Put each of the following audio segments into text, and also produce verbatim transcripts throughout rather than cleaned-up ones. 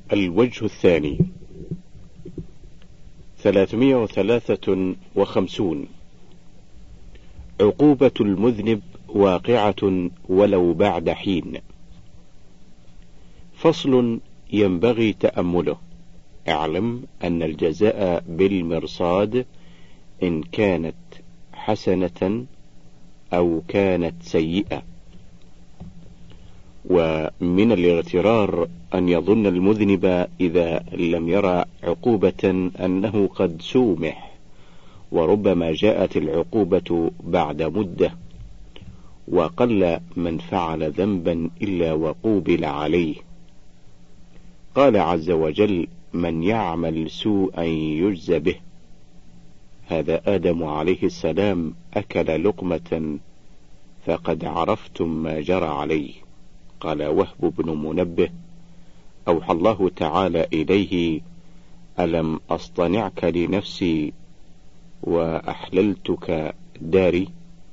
الوجه الثاني ثلاثمائة وثلاثة وخمسون. عقوبة المذنب واقعة ولو بعد حين. فصل ينبغي تأمله. اعلم أن الجزاء بالمرصاد إن كانت حسنة أو كانت سيئة. ومن الاغترار أن يظن المذنب إذا لم يرى عقوبة أنه قد سومح، وربما جاءت العقوبة بعد مدة، وقل من فعل ذنبا إلا وقوبل عليه. قال عز وجل: من يعمل سوءا يجز به. هذا آدم عليه السلام أكل لقمة فقد عرفتم ما جرى عليه. قال وهب بن منبه: أوحى الله تعالى إليه: ألم أصطنعك لنفسي وأحللتك داري،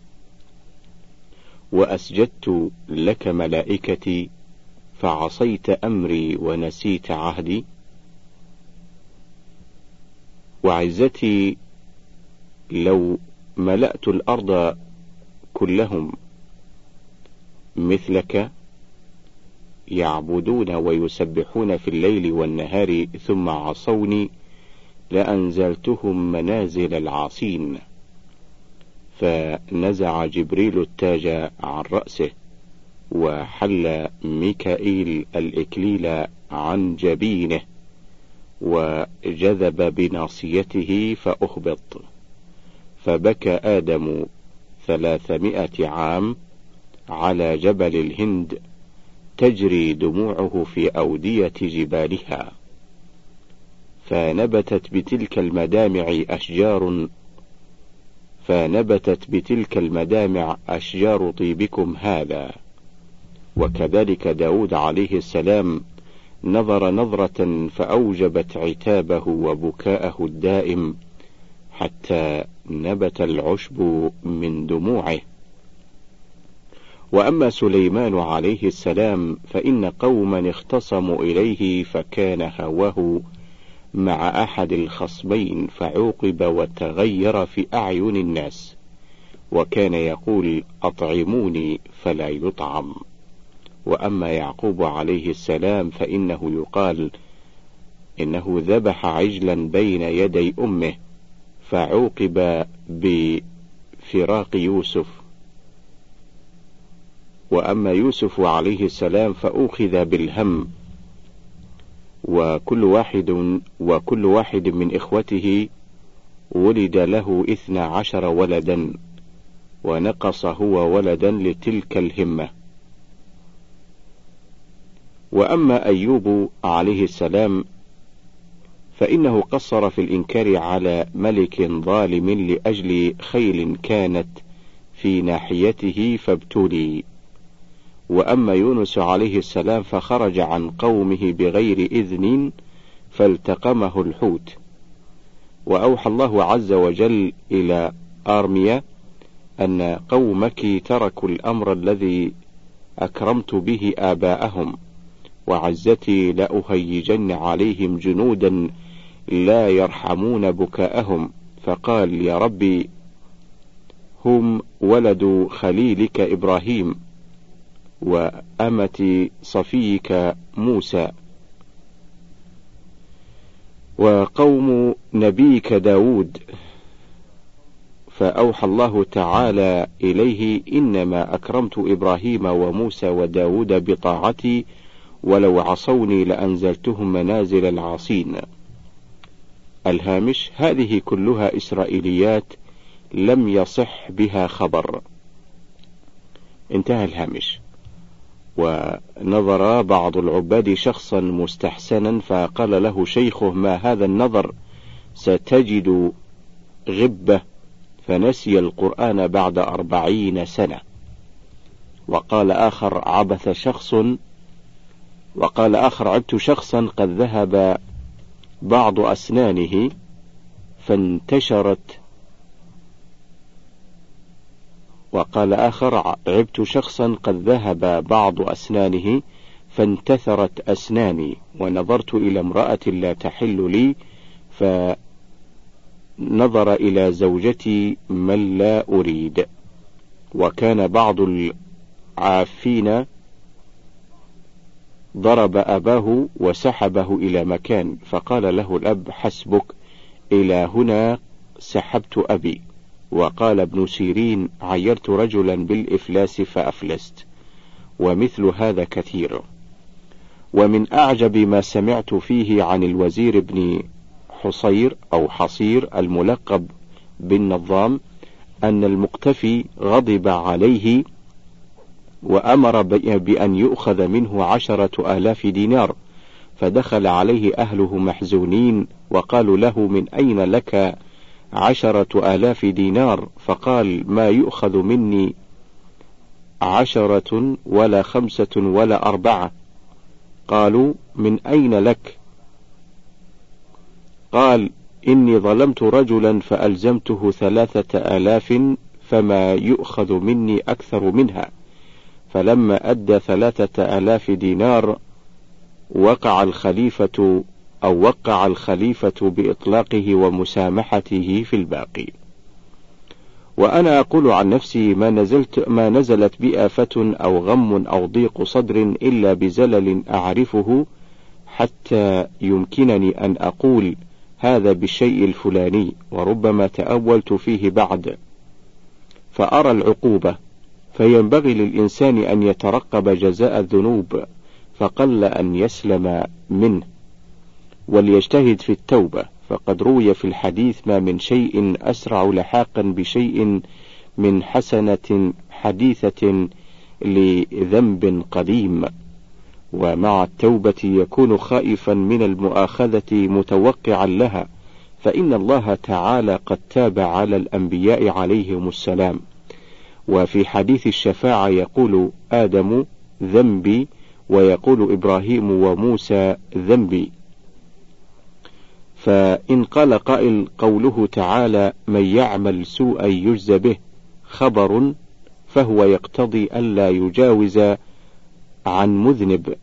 وأسجدت لك ملائكتي فعصيت أمري ونسيت عهدي. وعزتي لو ملأت الأرض كلهم مثلك يعبدون ويسبحون في الليل والنهار ثم عصوني لأنزلتهم منازل العاصين. فنزع جبريل التاج عن رأسه، وحل ميكائيل الإكليل عن جبينه، وجذب بناصيته فأهبط. فبكى آدم ثلاثمائة عام على جبل الهند تجري دموعه في أودية جبالها. فنبتت بتلك المدامع أشجار فنبتت بتلك المدامع أشجار طيبكم هذا. وكذلك داود عليه السلام نظر نظرة فأوجبت عتابه وبكاءه الدائم حتى نبت العشب من دموعه. وأما سليمان عليه السلام فإن قوما اختصموا إليه فكان هواه مع أحد الخصمين فعوقب وتغير في أعين الناس، وكان يقول: أطعموني فلا يطعم. وأما يعقوب عليه السلام فإنه يقال إنه ذبح عجلا بين يدي أمه فعوقب بفراق يوسف. وأما يوسف عليه السلام فأخذ بالهم. وكل واحد وكل واحد من إخوته ولد له اثنى عشر ولدا، ونقص هو ولدا لتلك الهمة. وأما أيوب عليه السلام فإنه قصر في الإنكار على ملك ظالم لأجل خيل كانت في ناحيته فابتلي. وأما يونس عليه السلام فخرج عن قومه بغير إذن فالتقمه الحوت. وأوحى الله عز وجل إلى آرميا أن قومك تركوا الأمر الذي أكرمت به آباءهم، وعزتي لأهيجن عليهم جنودا لا يرحمون بكاءهم. فقال: يا ربي، هم ولد خليلك إبراهيم وأمة صفيك موسى، وقوم نبيك داود. فأوحى الله تعالى إليه: إنما أكرمت إبراهيم وموسى وداود بطاعتي، ولو عصوني لأنزلتهم منازل العاصين. الهامش: هذه كلها إسرائيليات لم يصح بها خبر. انتهى الهامش. ونظر بعض العباد شخصا مستحسنا فقال له شيخه: ما هذا النظر؟ ستجد غبة. فنسي القرآن بعد أربعين سنة. وقال آخر: عبث شخص وقال آخر: عبت شخصا قد ذهب بعض أسنانه فانتشرت وقال آخر: عبت شخصا قد ذهب بعض أسنانه فانتثرت أسناني، ونظرت إلى امرأة لا تحل لي، فنظر إلى زوجتي من لا أريد. وكان بعض العافين ضرب أباه وسحبه إلى مكان، فقال له الأب: حسبك، إلى هنا سحبت أبي. وقال ابن سيرين: عيرت رجلا بالإفلاس فأفلست. ومثل هذا كثير. ومن أعجب ما سمعت فيه عن الوزير بن حصير أو حصير الملقب بالنظام أن المقتفي غضب عليه وأمر بأن يؤخذ منه عشرة آلاف دينار، فدخل عليه أهله محزونين وقالوا له: من أين لك عشرة آلاف دينار؟ فقال: ما يؤخذ مني عشرة ولا خمسة ولا أربعة. قالوا: من أين لك؟ قال: إني ظلمت رجلا فألزمته ثلاثة آلاف، فما يؤخذ مني أكثر منها. فلما أدى ثلاثة آلاف دينار وقع الخليفة أو وقع الخليفة بإطلاقه ومسامحته في الباقي. وأنا أقول عن نفسي: ما نزلت ما نزلت بي آفة أو غم أو ضيق صدر إلا بزلل أعرفه حتى يمكنني أن أقول هذا بالشيء الفلاني، وربما تأولت فيه بعد فأرى العقوبة. فينبغي للإنسان أن يترقب جزاء الذنوب، فقل أن يسلم منه، وليجتهد في التوبة، فقد روي في الحديث: ما من شيء أسرع لحاقا بشيء من حسنة حديثة لذنب قديم. ومع التوبة يكون خائفا من المؤاخذة متوقعا لها، فإن الله تعالى قد تاب على الأنبياء عليهم السلام. وفي حديث الشفاعة يقول آدم: ذنبي، ويقول إبراهيم وموسى: ذنبي. فإن قال قائل: قوله تعالى: من يعمل سوءا يجز به، خبر، فهو يقتضي ألا يجاوز عن مذنب.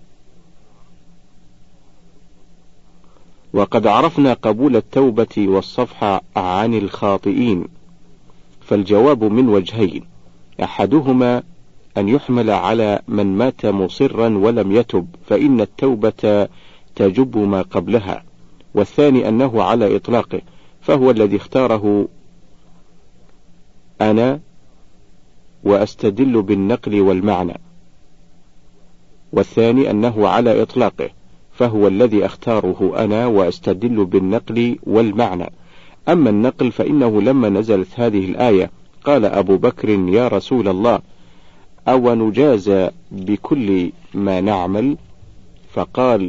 وقد عرفنا قبول التوبة والصفح عن الخاطئين، فالجواب من وجهين: أحدهما أن يحمل على من مات مصرا ولم يتب، فإن التوبة تجب ما قبلها. والثاني أنه على إطلاقه، فهو الذي اختاره أنا وأستدل بالنقل والمعنى. والثاني أنه على إطلاقه، فهو الذي اختاره أنا وأستدل بالنقل والمعنى. أما النقل فإنه لما نزلت هذه الآية قال أبو بكر: يا رسول الله، أو نجازى بكل ما نعمل؟ فقال: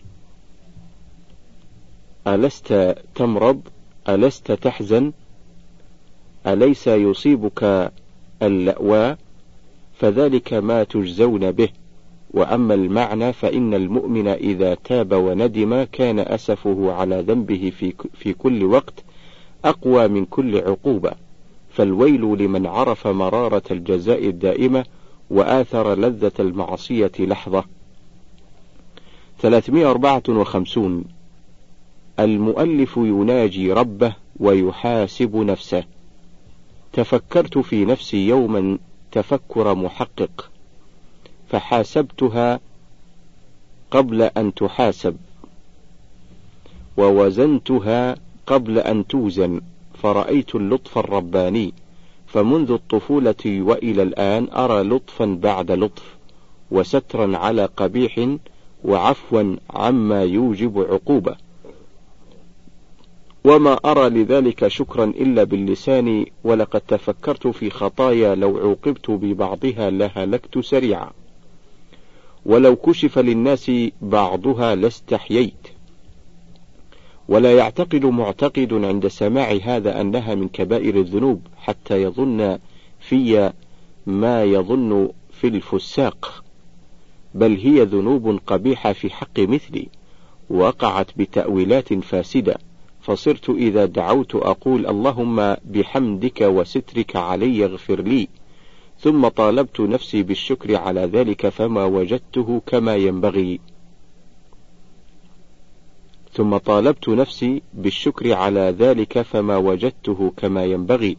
ألست تمرض؟ ألست تحزن؟ أليس يصيبك اللأواء؟ فذلك ما تجزون به. وأما المعنى فإن المؤمن إذا تاب وندم كان أسفه على ذنبه في, في كل وقت أقوى من كل عقوبة، فالويل لمن عرف مرارة الجزاء الدائمة وآثر لذة المعصية لحظة. ثلاثمائة وأربعة وخمسون. المؤلف يناجي ربه ويحاسب نفسه. تفكرت في نفسي يوما تفكر محقق، فحاسبتها قبل أن تحاسب، ووزنتها قبل أن توزن، فرأيت اللطف الرباني، فمنذ الطفولة وإلى الآن أرى لطفا بعد لطف، وسترا على قبيح، وعفوا عما يوجب عقوبة، وما أرى لذلك شكرا إلا باللسان. ولقد تفكرت في خطايا لو عوقبت ببعضها لهلكت سريعا، ولو كشف للناس بعضها لاستحييت. ولا يعتقد معتقد عند سماع هذا أنها من كبائر الذنوب حتى يظن في ما يظن في الفساق، بل هي ذنوب قبيحة في حق مثلي، وقعت بتأويلات فاسدة، فصرت إذا دعوت أقول: اللهم بحمدك وسترك علي اغفر لي، ثم طالبت نفسي بالشكر على ذلك فما وجدته كما ينبغي ثم طالبت نفسي بالشكر على ذلك فما وجدته كما ينبغي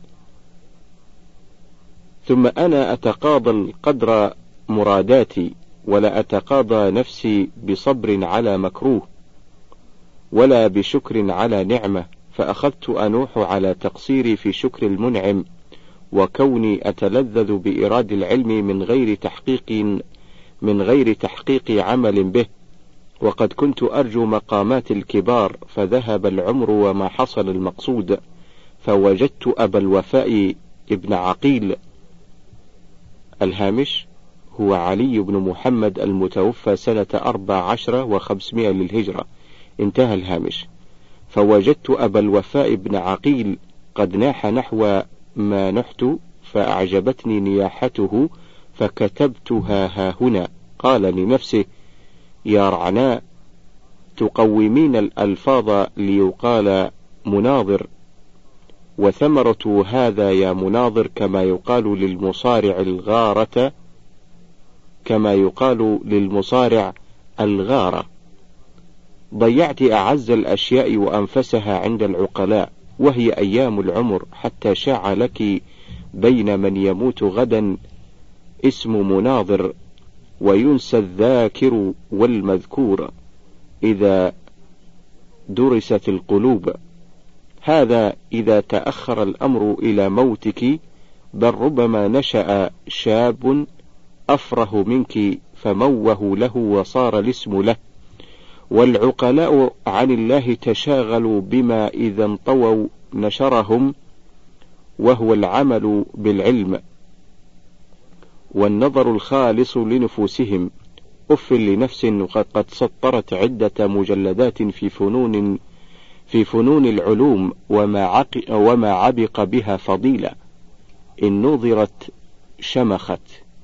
ثم أنا أتقاضى القدر مراداتي، ولا أتقاضى نفسي بصبر على مكروه ولا بشكر على نعمة، فأخذت أنوح على تقصيري في شكر المنعم، وكوني أتلذذ بإيراد العلم من غير تحقيق من غير تحقيق عمل به، وقد كنت أرجو مقامات الكبار فذهب العمر وما حصل المقصود، فوجدت أبا الوفاء ابن عقيل. الهامش: هو علي بن محمد المتوفى سنة أربع عشر وخمسمائة للهجرة. انتهى الهامش. فوجدت أبا الوفاء ابن عقيل قد ناح نحو ما نحت، فأعجبتني نياحته فكتبتها ها هنا. قال لنفسه: يا رعناء، تقومين الألفاظ ليقال مناظر، وثمرة هذا يا مناظر كما يقال للمصارع الغارة كما يقال للمصارع الغارة. ضيعت أعز الأشياء وأنفسها عند العقلاء، وهي أيام العمر، حتى شاع لك بين من يموت غدا اسم مناظر، وينسى الذاكر والمذكور إذا درست القلوب. هذا إذا تأخر الأمر إلى موتك، بل ربما نشأ شاب أفره منك فموه له وصار الاسم له. والعقلاء عن الله تشاغلوا بما إذا انطووا نشرهم، وهو العمل بالعلم والنظر الخالص لنفوسهم. أف لنفس قد سطرت عدة مجلدات في فنون في فنون العلوم، وما, عق وما عبق بها فضيلة. إن نظرت شمخت،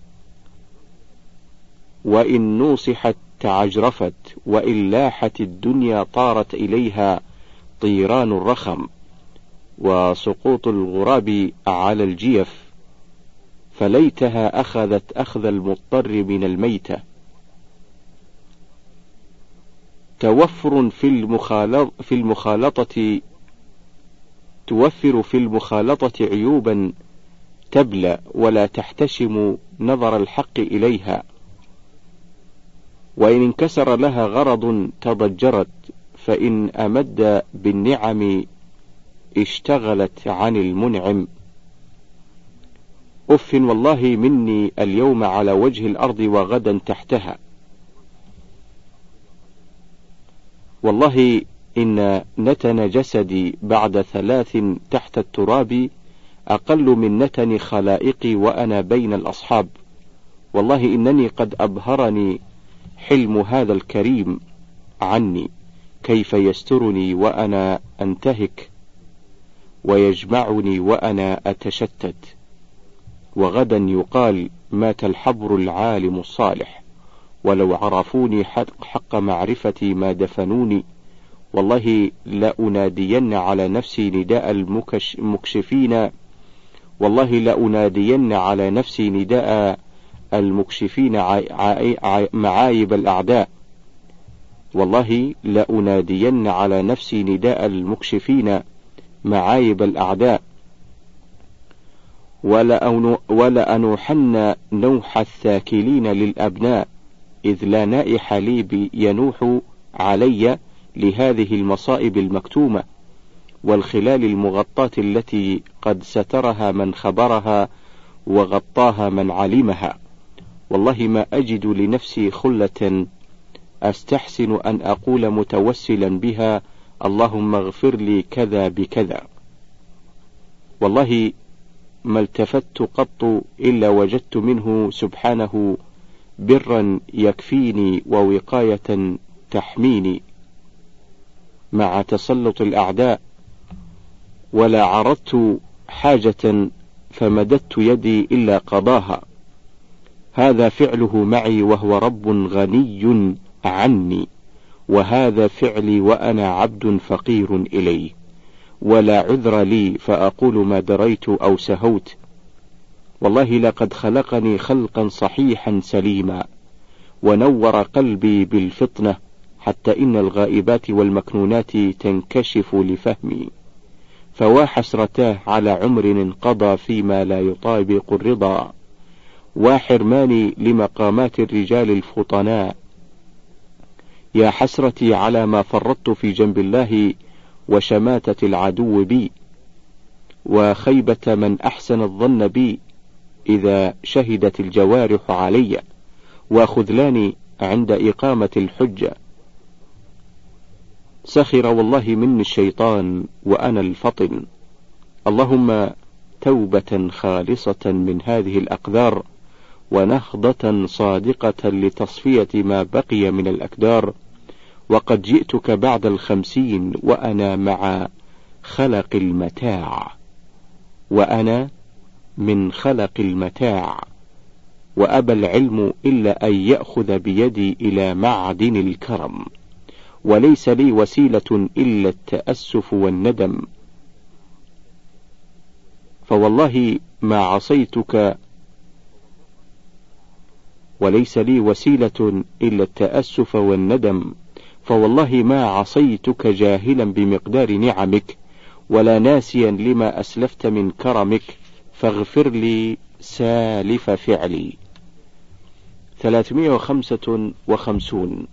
وإن نوصحت تعجرفت، وإن لاحت الدنيا طارت إليها طيران الرخم، وسقوط الغراب على الجيف، فليتها أخذت أخذ المضطر من الميتة. توفر في المخالط في المخالطة توفر في المخالطة عيوبا تبلى، ولا تحتشم نظر الحق إليها، وإن انكسر لها غرض تضجرت، فإن أمد بالنعم اشتغلت عن المنعم. أف والله مني اليوم على وجه الأرض وغدا تحتها. والله إن نتن جسدي بعد ثلاث تحت التراب أقل من نتن خلائقي وأنا بين الأصحاب. والله إنني قد أبهرني حلم هذا الكريم عني، كيف يسترني وأنا أنتهك، ويجمعني وأنا أتشتت. وغدا يقال: مات الحبر العالم الصالح، ولو عرفوني حق معرفتي ما دفنوني. والله لأنادين على نفسي نداء المكشفين والله لأنادين على نفسي نداء المكشفين معايب الأعداء. والله لأنادين على نفسي نداء المكشفين معايب الأعداء. ولأنوحن نوح الثاكلين للأبناء، إذ لا نائح لي ينوح علي لهذه المصائب المكتومة والخلال المغطاة التي قد سترها من خبرها وغطاها من علمها. والله ما أجد لنفسي خلة أستحسن أن أقول متوسلا بها: اللهم اغفر لي كذا بكذا. والله ما التفت قط إلا وجدت منه سبحانه برا يكفيني ووقاية تحميني مع تسلط الأعداء، ولا عرضت حاجة فمددت يدي إلا قضاها. هذا فعله معي وهو رب غني عني، وهذا فعلي وأنا عبد فقير إليه، ولا عذر لي فأقول ما دريت أو سهوت. والله لقد خلقني خلقا صحيحا سليما، ونور قلبي بالفطنة، حتى إن الغائبات والمكنونات تنكشف لفهمي. فوا حسرتاه على عمر انقضى فيما لا يطابق الرضا، وحرماني لمقامات الرجال الفطناء. يا حسرتي على ما فرطت في جنب الله وشماتة العدو بي، وخيبة من أحسن الظن بي إذا شهدت الجوارح علي، وخذلاني عند إقامة الحجة. سخر والله مني الشيطان وأنا الفطن. اللهم توبة خالصة من هذه الأقدار، ونهضة صادقة لتصفية ما بقي من الأكدار. وقد جئتك بعد الخمسين وأنا مع خلق المتاع، وأنا من خلق المتاع، وأبى العلم إلا أن يأخذ بيدي إلى معدن الكرم، وليس لي وسيلة إلا التأسف والندم. فوالله ما عصيتك وليس لي وسيلة إلا التأسف والندم، فوالله ما عصيتك جاهلا بمقدار نعمك، ولا ناسيا لما أسلفت من كرمك، فاغفر لي سالف فعلي. ثلاثمائة وخمسة وخمسون.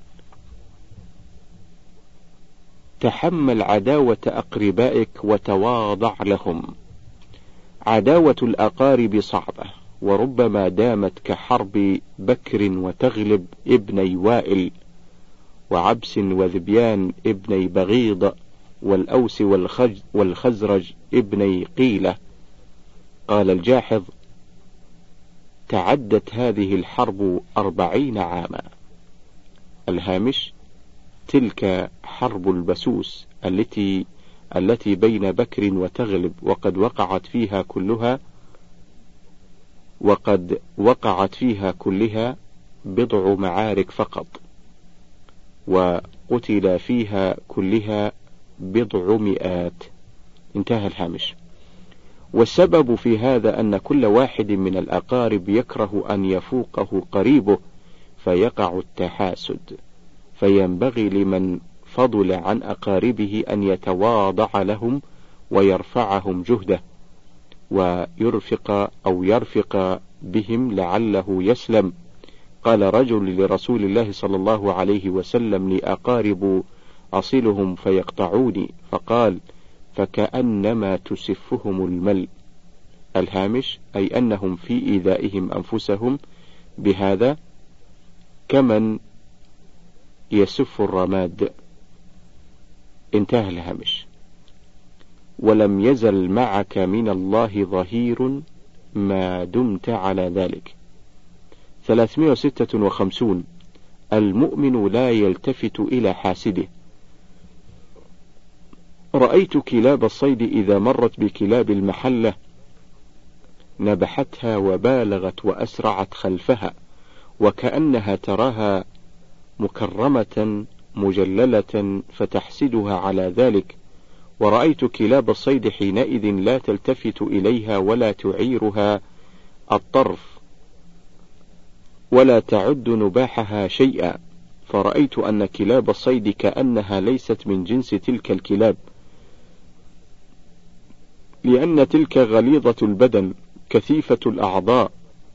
تحمل عداوة أقربائك وتواضع لهم. عداوة الأقارب صعبة، وربما دامت كحرب بكر وتغلب ابني وائل، وعبس وذبيان ابني بغيض، والأوس والخزرج ابني قيلة. قال الجاحظ: تعدت هذه الحرب أربعين عاما. الهامش: تلك حرب البسوس التي التي بين بكر وتغلب، وقد وقعت فيها كلها وقد وقعت فيها كلها بضع معارك فقط، وقتل فيها كلها بضع مئات. انتهى الهامش. والسبب في هذا أن كل واحد من الأقارب يكره أن يفوقه قريبه، فيقع التحاسد، فينبغي لمن فضل عن أقاربه أن يتواضع لهم ويرفعهم جهده، ويرفق أو يرفق بهم لعله يسلم. قال رجل لرسول الله صلى الله عليه وسلم: لي أقارب أصلهم فيقطعوني، فقال: فكأنما تسفهم المل. الهامش: أي أنهم في إيذائهم أنفسهم بهذا كمن يسف الرماد. انتهى الهامش. ولم يزل معك من الله ظهير ما دمت على ذلك. ثلاثمائة وستة وخمسون. المؤمن لا يلتفت إلى حاسده. رأيت كلاب الصيد إذا مرت بكلاب المحلة نبحتها وبالغت وأسرعت خلفها، وكأنها تراها مكرمة مجللة فتحسدها على ذلك. ورأيت كلاب الصيد حينئذ لا تلتفت إليها ولا تعيرها الطرف، ولا تعد نباحها شيئا. فرأيت أن كلاب الصيد كأنها ليست من جنس تلك الكلاب، لأن تلك غليظة البدن كثيفة الأعضاء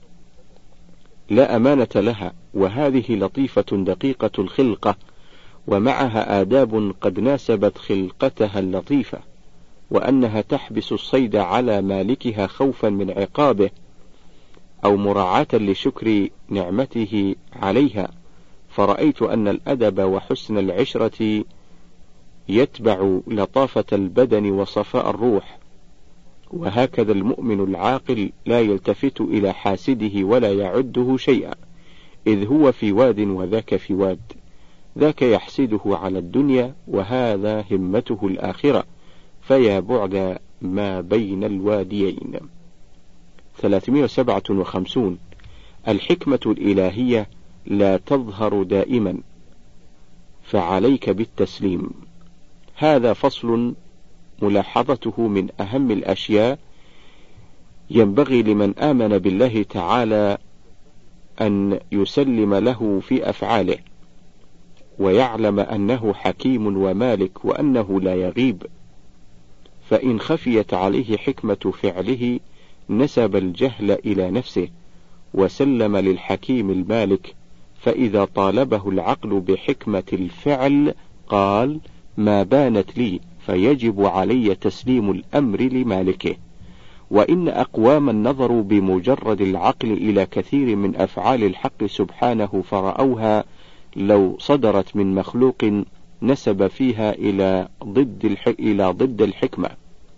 لا أمانة لها، وهذه لطيفة دقيقة الخلقة، ومعها آداب قد ناسبت خلقتها اللطيفة، وأنها تحبس الصيد على مالكها خوفا من عقابه، أو مراعاة لشكر نعمته عليها. فرأيت أن الأدب وحسن العشرة يتبع لطافة البدن وصفاء الروح، وهكذا المؤمن العاقل لا يلتفت إلى حاسده ولا يعده شيئا، إذ هو في واد وذاك في واد، ذاك يحسده على الدنيا وهذا همته الآخرة، فيا بعد ما بين الواديين. ثلاثمائة وسبعة وخمسون. الحكمة الإلهية لا تظهر دائما، فعليك بالتسليم. هذا فصل ملاحظته من أهم الأشياء ينبغي لمن آمن بالله تعالى أن يسلم له في أفعاله، ويعلم أنه حكيم ومالك وأنه لا يغيب، فإن خفيت عليه حكمة فعله نسب الجهل إلى نفسه وسلم للحكيم المالك، فإذا طالبه العقل بحكمة الفعل قال ما بانت لي، فيجب علي تسليم الأمر لمالكه. وإن أقواما نظروا بمجرد العقل إلى كثير من أفعال الحق سبحانه فرأوها لو صدرت من مخلوق نسب فيها إلى ضد الح... إلى ضد الحكمة،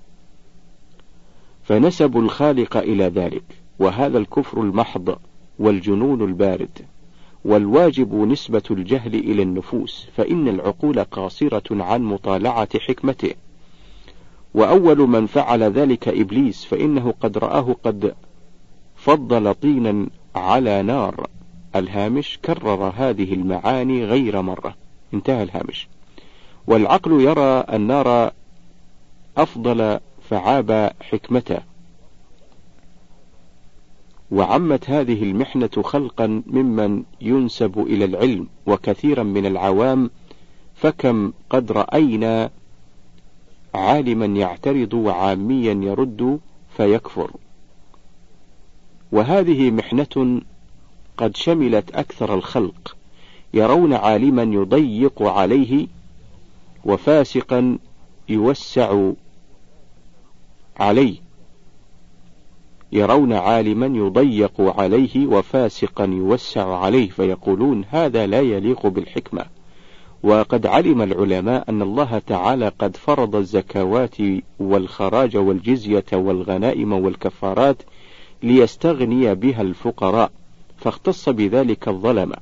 فنسبوا الخالق إلى ذلك، وهذا الكفر المحض والجنون البارد. والواجب نسبة الجهل إلى النفوس، فإن العقول قاصرة عن مطالعة حكمته. وأول من فعل ذلك إبليس، فإنه قد رآه قد فضل طينا على نار. الهامش كرر هذه المعاني غير مرة، انتهى الهامش. والعقل يرى النار أفضل فعاب حكمته. وعمت هذه المحنة خلقا ممن ينسب إلى العلم وكثيرا من العوام، فكم قد رأينا عالما يعترض وعاميا يرد فيكفر. وهذه محنة قد شملت أكثر الخلق، يرون عالما يضيق عليه وفاسقا يوسع عليه، يرون عالما يضيق عليه وفاسقا يوسع عليه، فيقولون هذا لا يليق بالحكمة. وقد علم العلماء أن الله تعالى قد فرض الزكوات والخراج والجزية والغنائم والكفارات ليستغني بها الفقراء، فاختص بذلك الظلمة.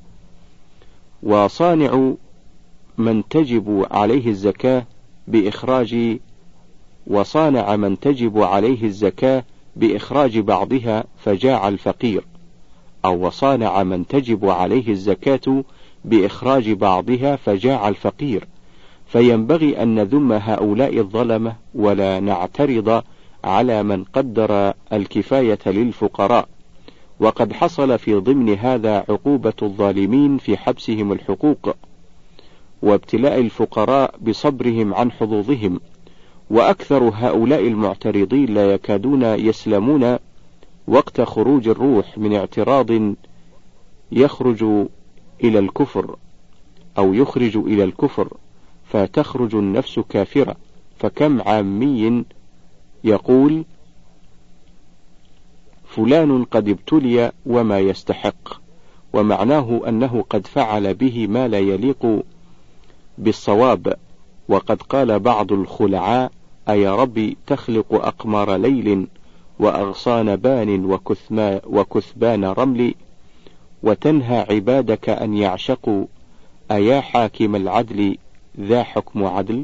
وصانع من تجب عليه الزكاة بإخراج وصانع من تجب عليه الزكاة بإخراج بعضها فجاع الفقير، أو وصانع من تجب عليه الزكاة بإخراج بعضها فجاع الفقير. فينبغي أن نذم هؤلاء الظلمة ولا نعترض على من قدر الكفاية للفقراء. وقد حصل في ضمن هذا عقوبة الظالمين في حبسهم الحقوق وابتلاء الفقراء بصبرهم عن حظوظهم. وأكثر هؤلاء المعترضين لا يكادون يسلمون وقت خروج الروح من اعتراض يخرج إلى الكفر أو يخرج إلى الكفر، فتخرج النفس كافرة. فكم عامي يقول فلان قد ابتلي وما يستحق، ومعناه أنه قد فعل به ما لا يليق بالصواب. وقد قال بعض الخلعاء أي ربي تخلق أقمار ليل وأغصان بان وكثبان رمل، وتنهى عبادك أن يعشقوا، أيا حاكم العدل ذا حكم عدل.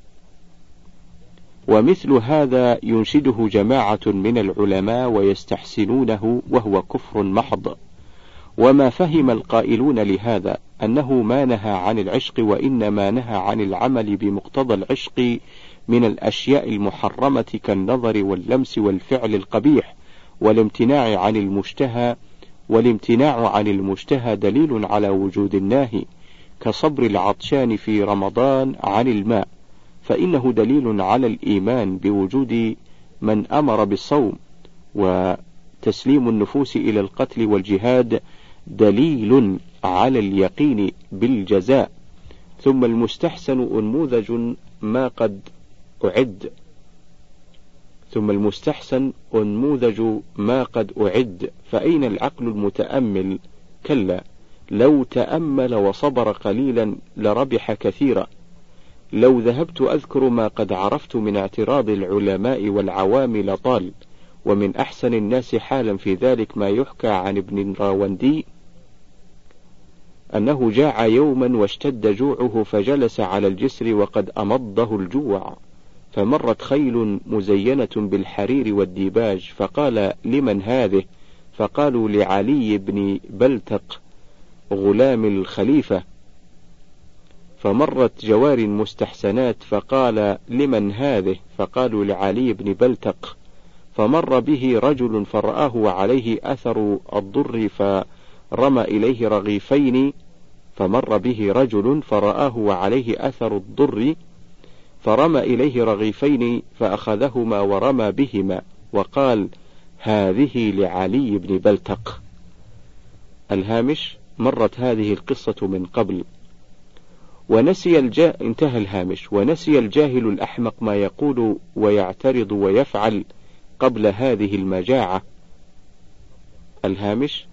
ومثل هذا ينشده جماعة من العلماء ويستحسنونه، وهو كفر محض. وما فهم القائلون لهذا أنه ما نهى عن العشق، وإنما نهى عن العمل بمقتضى العشق من الأشياء المحرمة كالنظر واللمس والفعل القبيح والامتناع عن المشتهى. والامتناع عن المشتهى دليل على وجود الناهي، كصبر العطشان في رمضان عن الماء، فإنه دليل على الإيمان بوجود من أمر بالصوم. وتسليم النفوس إلى القتل والجهاد دليل على اليقين بالجزاء. ثم المستحسن أنموذج ما قد أعد ثم المستحسن أنموذج ما قد أعد فأين العقل المتأمل؟ كلا، لو تأمل وصبر قليلا لربح كثيرا. لو ذهبت أذكر ما قد عرفت من اعتراض العلماء والعوام لطال. ومن أحسن الناس حالا في ذلك ما يحكى عن ابن راوندي أنه جاع يوما واشتد جوعه فجلس على الجسر وقد أمضه الجوع، فمرت خيل مزينة بالحرير والديباج، فقال لمن هذه؟ فقالوا لعلي بن بلتق غلام الخليفة. فمرت جوار مستحسنات، فقال لمن هذه؟ فقالوا لعلي بن بلتق. فمر به رجل فرآه وعليه أثر الضر فرمى إليه رغيفين فمر به رجل فرآه وعليه أثر الضر فرمى إليه رغيفين فأخذهما ورمى بهما وقال: هذه لعلي بن بلتق. الهامش: مرت هذه القصة من قبل. ونسي الجا... انتهى الهامش. ونسي الجاهل الأحمق ما يقول ويعترض ويفعل قبل هذه المجاعة. الهامش: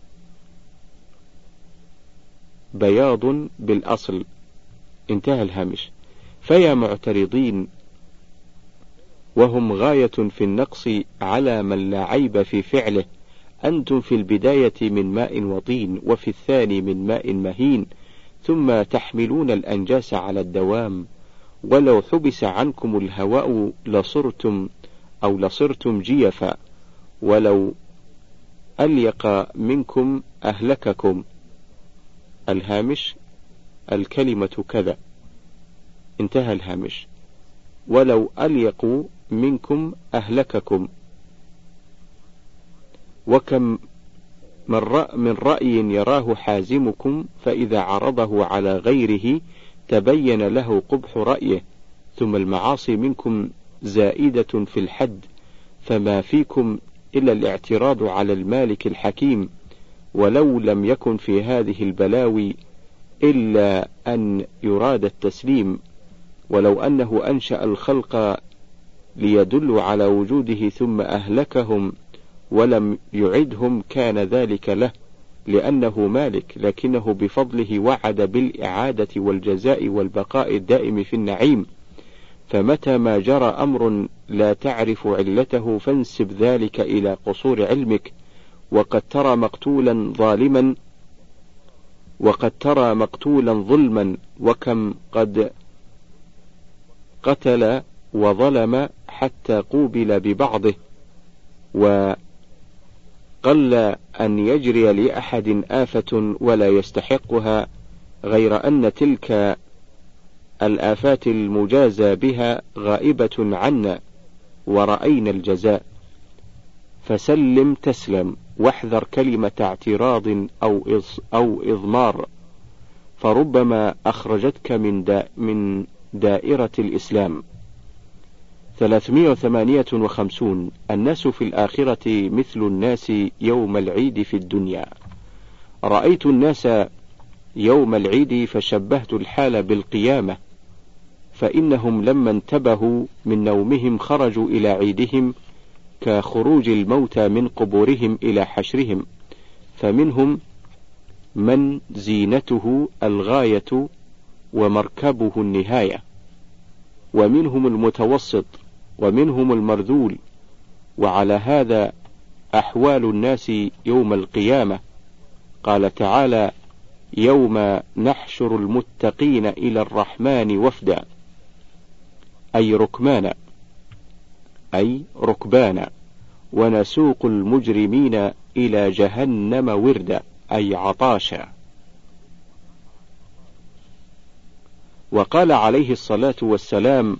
بياض بالأصل. انتهى الهامش. فيا معترضين وهم غاية في النقص على من لا عيب في فعله، أنتم في البداية من ماء وطين، وفي الثاني من ماء مهين، ثم تحملون الأنجاس على الدوام، ولو حبس عنكم الهواء لصرتم أو لصرتم جيفا، ولو أليق منكم أهلككم. الهامش: الكلمة كذا. انتهى الهامش. ولو أليقوا منكم أهلككم. وكم من رأي يراه حازمكم فإذا عرضه على غيره تبين له قبح رأيه، ثم المعاصي منكم زائدة في الحد، فما فيكم إلا الاعتراض على المالك الحكيم، ولو لم يكن في هذه البلاوي إلا أن يراد التسليم، ولو أنه أنشأ الخلق ليدلوا على وجوده ثم أهلكهم ولم يعدهم كان ذلك له، لأنه مالك، لكنه بفضله وعد بالإعادة والجزاء والبقاء الدائم في النعيم. فمتى ما جرى أمر لا تعرف علته فانسب ذلك إلى قصور علمك، وقد ترى مقتولا ظالما وقد ترى مقتولا ظلما، وكم قد قتل وظلم حتى قوبل ببعضه، وقل أن يجري لأحد آفة ولا يستحقها، غير أن تلك الآفات المجازى بها غائبة عنا ورأينا الجزاء. فسلم تسلم، واحذر كلمة اعتراض أو أو إضمار، فربما أخرجتك من دا من دائرة الإسلام. ثلاثمائة وثمانية وخمسون. الناس في الآخرة مثل الناس يوم العيد في الدنيا. رأيت الناس يوم العيد فشبهت الحال بالقيامة، فإنهم لما انتبهوا من نومهم خرجوا إلى عيدهم كخروج الموتى من قبورهم إلى حشرهم، فمنهم من زينته الغاية ومركبه النهاية، ومنهم المتوسط، ومنهم المرذول، وعلى هذا أحوال الناس يوم القيامة. قال تعالى: يوم نحشر المتقين إلى الرحمن وفدا، أي ركمانا أي ركبانا، ونسوق المجرمين إلى جهنم وردا، أي عطاشا. وقال عليه الصلاة والسلام: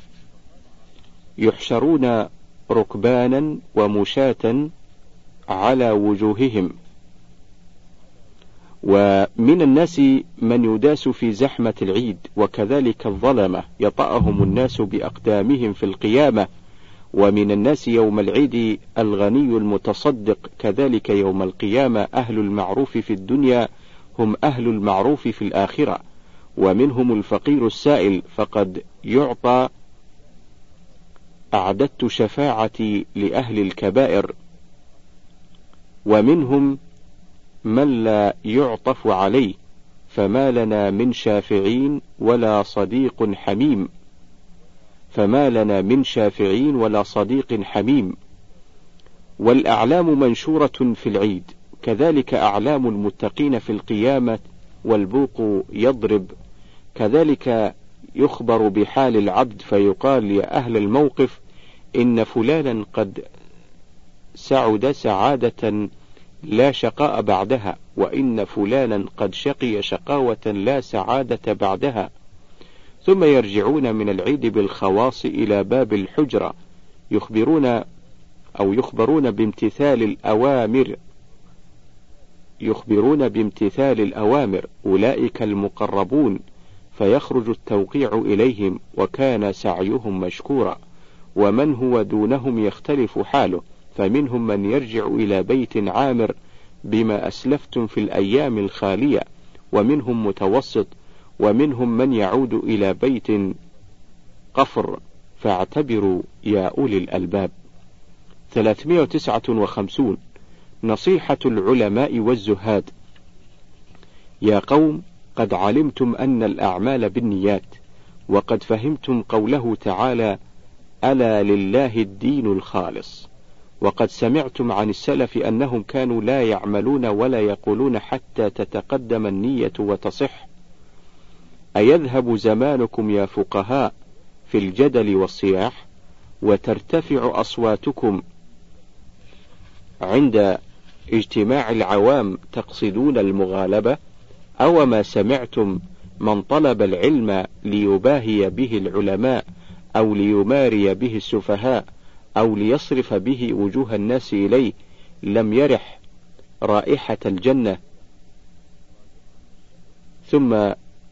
يحشرون ركبانا ومشاة على وجوههم. ومن الناس من يداس في زحمة العيد، وكذلك الظلمة يطأهم الناس بأقدامهم في القيامة. ومن الناس يوم العيد الغني المتصدق، كذلك يوم القيامة أهل المعروف في الدنيا هم أهل المعروف في الآخرة. ومنهم الفقير السائل، فقد يعطى أعددت شفاعتي لأهل الكبائر. ومنهم من لا يعطف عليه، فما لنا من شافعين ولا صديق حميم فما لنا من شافعين ولا صديق حميم. والأعلام منشورة في العيد، كذلك أعلام المتقين في القيامة، والبوق يضرب. كذلك يخبر بحال العبد فيقال يا أهل الموقف إن فلانا قد سعد سعادة لا شقاء بعدها، وإن فلانا قد شقي شقاوة لا سعادة بعدها. ثم يرجعون من العيد بالخواص إلى باب الحجرة، يخبرون أو يخبرون بامتثال الأوامر يخبرون بامتثال الأوامر أولئك المقربون، فيخرج التوقيع إليهم وكان سعيهم مشكورا. ومن هو دونهم يختلف حاله، فمنهم من يرجع إلى بيت عامر بما أسلفتم في الأيام الخالية، ومنهم متوسط، ومنهم من يعود إلى بيت قفر، فاعتبروا يا أولي الألباب. ثلاثمائة وتسعة وخمسون. نصيحة العلماء والزهاد. يا قوم، قد علمتم أن الأعمال بالنيات، وقد فهمتم قوله تعالى: ألا لله الدين الخالص. وقد سمعتم عن السلف أنهم كانوا لا يعملون ولا يقولون حتى تتقدم النية وتصح. أيذهب زمانكم يا فقهاء في الجدل والصياح، وترتفع أصواتكم عند اجتماع العوام تقصدون المغالبة؟ أو ما سمعتم من طلب العلم ليباهي به العلماء، أو ليماري به السفهاء، أو ليصرف به وجوه الناس إليه، لم يرح رائحة الجنة، ثم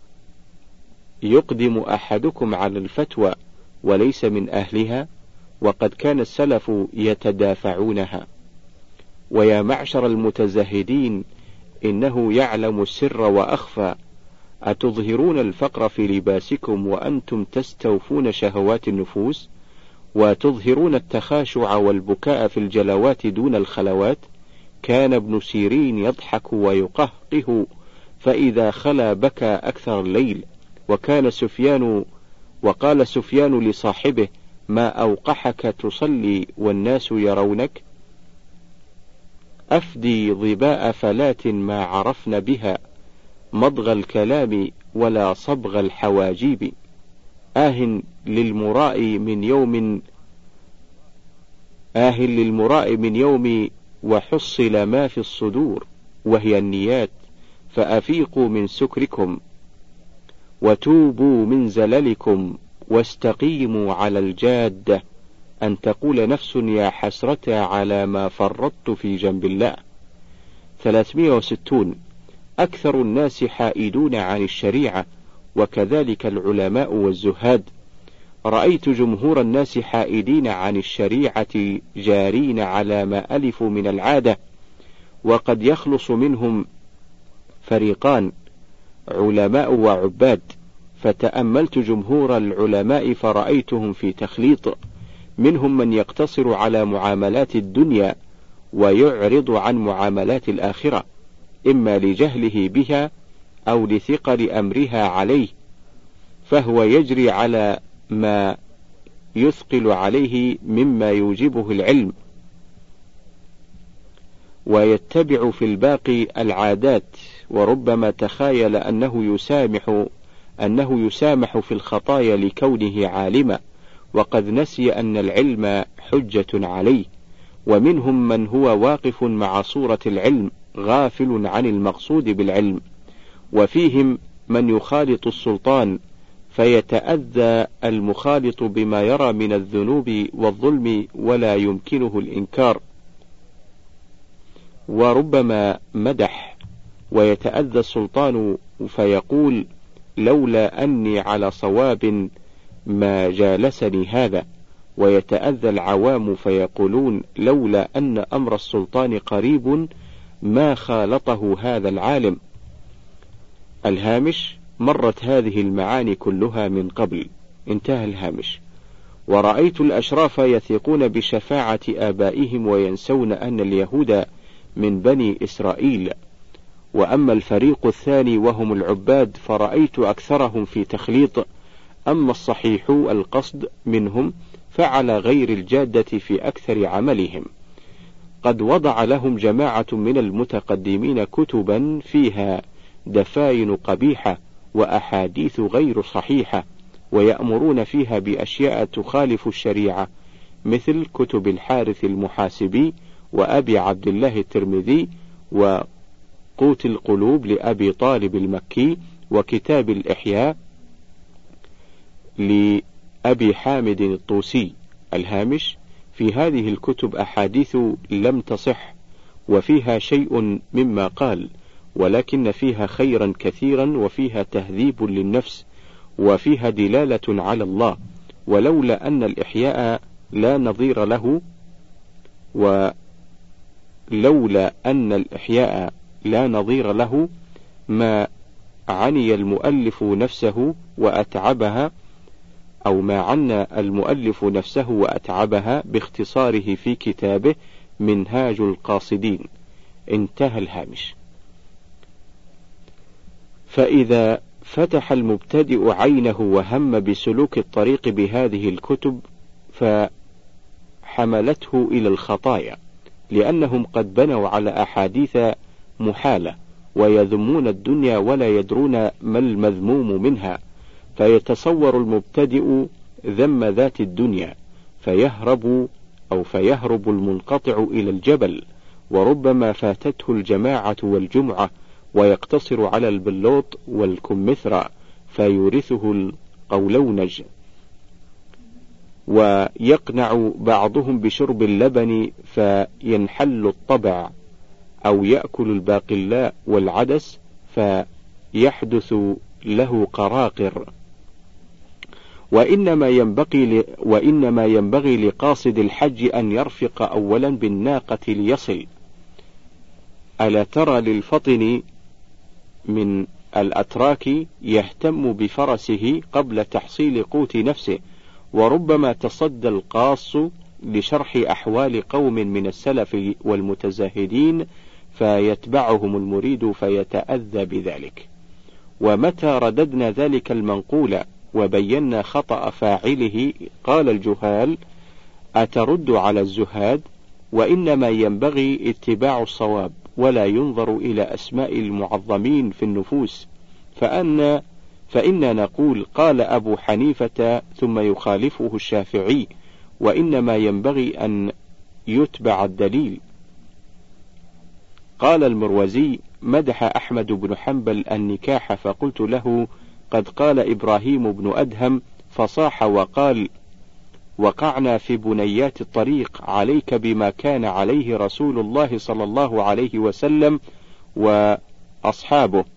يقدم أحدكم على الفتوى وليس من أهلها، وقد كان السلف يتدافعونها. ويا معشر المتزهدين، إنه يعلم السر وأخفى، أتظهرون الفقر في لباسكم وأنتم تستوفون شهوات النفوس، وتظهرون التخاشع والبكاء في الجلوات دون الخلوات؟ كان ابن سيرين يضحك ويقهقه، فإذا خلا بكى أكثر الليل. وكان سفيان وقال سفيان لصاحبه: ما أوقحك تصلي والناس يرونك؟ أفدي ظباء فلات ما عرفن بها مضغ الكلام ولا صبغ الحواجيب. آه للمراء من يوم آه للمراء من يوم وحصل ما في الصدور، وهي النيات، فأفيقوا من سكركم وتوبوا من زللكم واستقيموا على الجادة، أن تقول نفس يا حسرة على ما فرطت في جنب الله. ثلاثمائة وستون. أكثر الناس حائدون عن الشريعة، وكذلك العلماء والزهاد. رأيت جمهور الناس حائدين عن الشريعة جارين على ما ألفوا من العادة، وقد يخلص منهم فريقان: علماء وعباد. فتأملت جمهور العلماء فرأيتهم في تخليط، منهم من يقتصر على معاملات الدنيا ويعرض عن معاملات الآخرة، إما لجهله بها أو لثقل أمرها عليه، فهو يجري على ما يثقل عليه مما يوجبه العلم، ويتبع في الباقي العادات، وربما تخايل أنه يسامح أنه يسامح في الخطايا لكونه عالما، وقد نسي أن العلم حجة عليه. ومنهم من هو واقف مع صورة العلم غافل عن المقصود بالعلم. وفيهم من يخالط السلطان فيتأذى المخالط بما يرى من الذنوب والظلم ولا يمكنه الإنكار، وربما مدح ويتأذى السلطان فيقول: لولا أني على صواب ما جالسني هذا. ويتأذى العوام فيقولون: لولا أن أمر السلطان قريب ما خالطه هذا العالم. الهامش: مرت هذه المعاني كلها من قبل. انتهى الهامش. ورأيت الأشراف يثقون بشفاعة آبائهم وينسون أن اليهود من بني إسرائيل. وأما الفريق الثاني وهم العباد فرأيت أكثرهم في تخليط. أما الصحيح القصد منهم فعلى غير الجادة في أكثر عملهم. قد وضع لهم جماعة من المتقدمين كتبا فيها دفاين قبيحة وأحاديث غير صحيحة، ويأمرون فيها بأشياء تخالف الشريعة، مثل كتب الحارث المحاسبي وأبي عبد الله الترمذي، وقوت القلوب لأبي طالب المكي، وكتاب الإحياء لأبي حامد الطوسي. الهامش: في هذه الكتب أحاديث لم تصح وفيها شيء مما قال، ولكن فيها خيرا كثيرا، وفيها تهذيب للنفس، وفيها دلالة على الله، ولولا أن الإحياء لا نظير له ولولا أن الإحياء لا نظير له ما عني المؤلف نفسه وأتعبها، أو ما عنا المؤلف نفسه وأتعبها باختصاره في كتابه منهاج القاصدين. انتهى الهامش. فإذا فتح المبتدئ عينه وهم بسلوك الطريق بهذه الكتب فحملته إلى الخطايا، لأنهم قد بنوا على أحاديث محالة ويذمون الدنيا ولا يدرون ما المذموم منها، فيتصور المبتدئ ذم ذات الدنيا فيهرب أو فيهرب المنقطع إلى الجبل، وربما فاتته الجماعة والجمعة ويقتصر على البلوط والكمثرى فيورثه القولونج، ويقنع بعضهم بشرب اللبن فينحل الطبع، أو يأكل الباقلاء والعدس فيحدث له قراقر. وإنما ينبغي ل... وإنما ينبغي لقاصد الحج أن يرفق أولا بالناقة ليصل. ألا ترى للفطن من الأتراك يهتم بفرسه قبل تحصيل قوت نفسه، وربما تصدى القاص لشرح أحوال قوم من السلف والمتزاهدين فيتبعهم المريد فيتأذى بذلك. ومتى رددنا ذلك المنقول وبينا خطأ فاعله قال الجهال: أترد على الزهاد؟ وإنما ينبغي اتباع الصواب ولا ينظر إلى أسماء المعظمين في النفوس، فأن فإنا نقول قال أبو حنيفة ثم يخالفه الشافعي، وإنما ينبغي أن يتبع الدليل. قال المروزي: مدح أحمد بن حنبل النكاح، فقلت له: قد قال إبراهيم بن أدهم فصاح وقال: وقعنا في بنيات الطريق، عليك بما كان عليه رسول الله صلى الله عليه وسلم وأصحابه.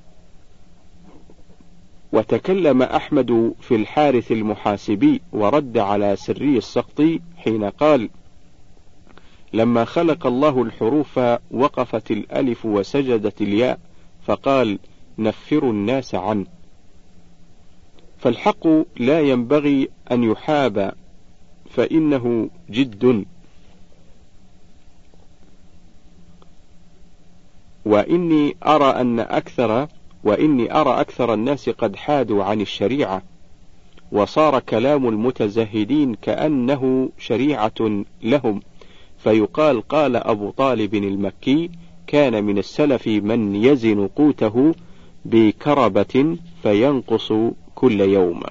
وتكلم أحمد في الحارث المحاسبي ورد على سري السقطي حين قال: لما خلق الله الحروف وقفت الألف وسجدت الياء، فقال: نفروا الناس عنه. فالحق لا ينبغي أن يحاب، فإنه جد. وإني أرى أن أكثر وإني أرى أكثر الناس قد حادوا عن الشريعة، وصار كلام المتزهدين كأنه شريعة لهم، فيقال: قال أبو طالب المكي: كان من السلف من يزن قوته بكربة فينقص كل يوم.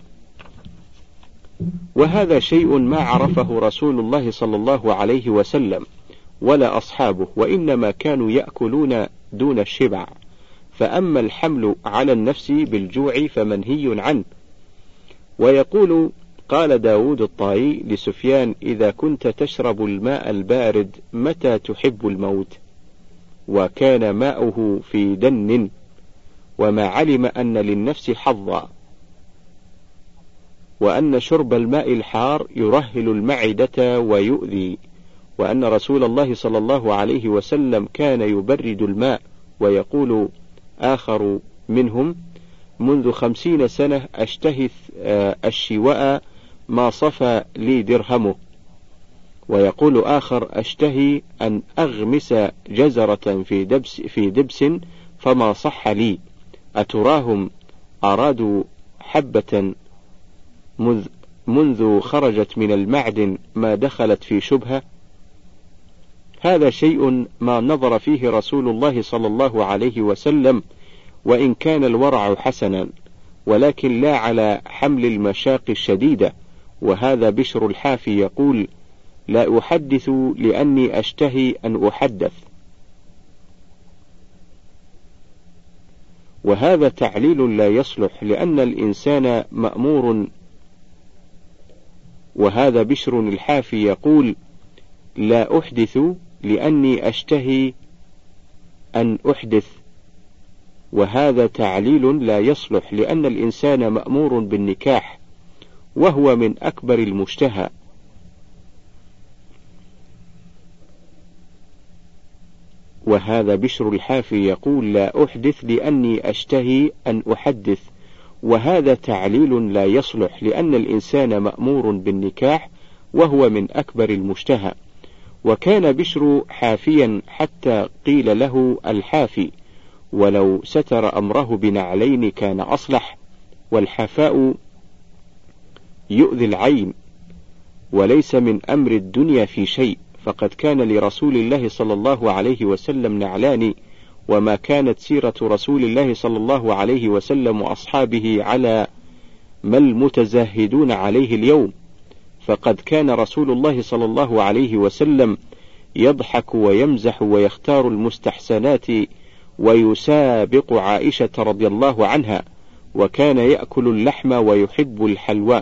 وهذا شيء ما عرفه رسول الله صلى الله عليه وسلم ولا أصحابه، وإنما كانوا يأكلون دون الشبع. فأما الحمل على النفس بالجوع فمنهي عنه. ويقول: قال داود الطائي لسفيان: إذا كنت تشرب الماء البارد متى تحب الموت؟ وكان ماؤه في دن، وما علم أن للنفس حظا، وأن شرب الماء الحار يرهل المعدة ويؤذي، وأن رسول الله صلى الله عليه وسلم كان يبرد الماء، ويقول آخر منهم: منذ خمسين سنة أشتهي الشواء ما صفى لي درهمه. ويقول آخر: أشتهي أن أغمس جزرة في دبس, في دبس فما صح لي. أتراهم أرادوا حبة مذ منذ خرجت من المعدن ما دخلت في شبهة. هذا شيء ما نظر فيه رسول الله صلى الله عليه وسلم، وإن كان الورع حسنا، ولكن لا على حمل المشاق الشديدة. وهذا بشر الحافي يقول: لا أحدث لأني أشتهي أن أحدث. وهذا تعليل لا يصلح، لأن الإنسان مأمور وهذا بشر الحافي يقول: لا أحدث لأني أشتهي أن أحدث، وهذا تعليل لا يصلح، لأن الإنسان مأمور بالنكاح وهو من أكبر المشتهى. وهذا بشر الحافي يقول: لا أحدث لأني أشتهي أن أحدث، وهذا تعليل لا يصلح، لأن الإنسان مأمور بالنكاح وهو من أكبر المشتهى. وكان بشر حافيا حتى قيل له الحافي، ولو ستر أمره بنعلين كان أصلح، والحفاء يؤذي العين وليس من أمر الدنيا في شيء، فقد كان لرسول الله صلى الله عليه وسلم نعلان، وما كانت سيرة رسول الله صلى الله عليه وسلم وأصحابه على ما المتزاهدون عليه اليوم، فقد كان رسول الله صلى الله عليه وسلم يضحك ويمزح ويختار المستحسنات ويسابق عائشة رضي الله عنها، وكان يأكل اللحم ويحب الحلوى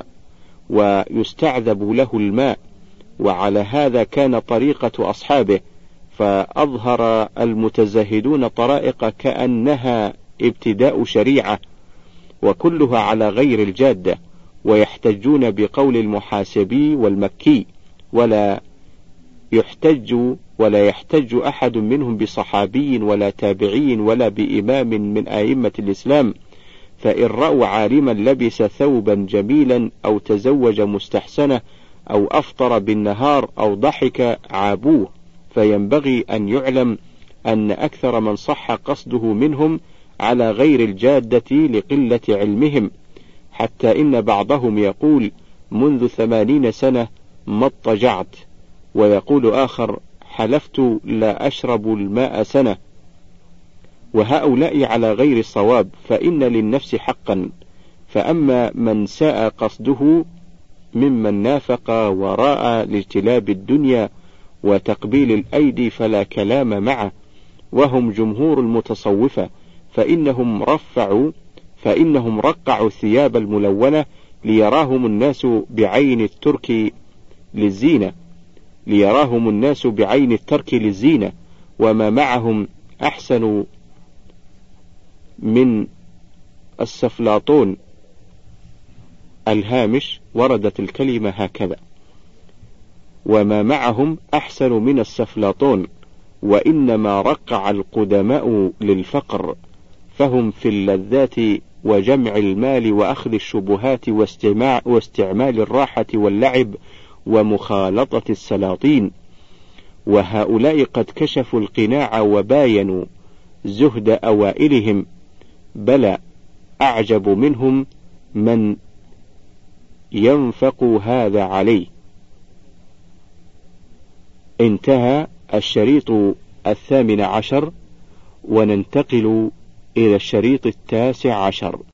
ويستعذب له الماء، وعلى هذا كان طريقة أصحابه، فأظهر المتزاهدون طرائق كأنها ابتداء شريعة وكلها على غير الجادة، ويحتجون بقول المحاسبي والمكي، ولا يحتج ولا يحتج أحد منهم بصحابي ولا تابعي ولا بإمام من أئمة الإسلام، فإن رأوا عالما لبس ثوبا جميلا أو تزوج مستحسنة أو أفطر بالنهار أو ضحك عابوه، فينبغي أن يعلم أن أكثر من صح قصده منهم على غير الجادة لقلة علمهم، حتى إن بعضهم يقول: منذ ثمانين سنة ما اضطجعت، ويقول آخر: حلفت لا أشرب الماء سنة. وهؤلاء على غير الصواب، فإن للنفس حقا، فأما من ساء قصده ممن نافق وراء لاجتلاب الدنيا وتقبيل الأيدي فلا كلام معه، وهم جمهور المتصوفة، فإنهم رفعوا فإنهم رقعوا الثياب الملونة ليراهم الناس بعين الترك للزينة ليراهم الناس بعين الترك للزينة وما معهم أحسن من السفلاطون. الهامش وردت الكلمة هكذا: وما معهم أحسن من السفلاطون، وإنما رقع القدماء للفقر، فهم في اللذات وجمع المال وأخذ الشبهات واستماع واستعمال الراحة واللعب ومخالطة السلاطين. وهؤلاء قد كشفوا القناع وباينوا زهد أوائلهم، بل أعجب منهم من ينفق هذا عليه. انتهى الشريط الثامن عشر، وننتقل إلى الشريط التاسع عشر.